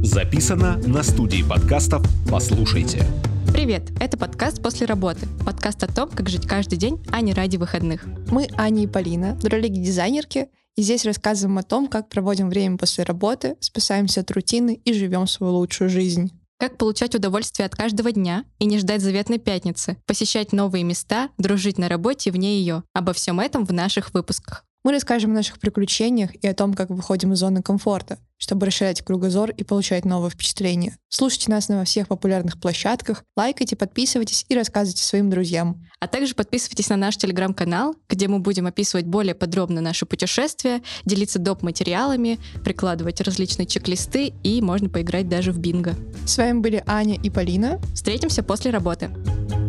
Записано на студии подкастов «Послушайте». Привет, это подкаст «После работы». Подкаст о том, как жить каждый день, а не ради выходных. Мы Аня и Полина, дизайнерки, и здесь рассказываем о том, как проводим время после работы, спасаемся от рутины и живем свою лучшую жизнь. Как получать удовольствие от каждого дня и не ждать заветной пятницы, посещать новые места, дружить на работе и вне ее. Обо всем этом в наших выпусках. Мы расскажем о наших приключениях и о том, как выходим из зоны комфорта, чтобы расширять кругозор и получать новые впечатления. Слушайте нас на всех популярных площадках, лайкайте, подписывайтесь и рассказывайте своим друзьям. А также подписывайтесь на наш телеграм-канал, где мы будем описывать более подробно наши путешествия, делиться доп. Материалами, прикладывать различные чек-листы и можно поиграть даже в бинго. С вами были Аня и Полина. Встретимся после работы.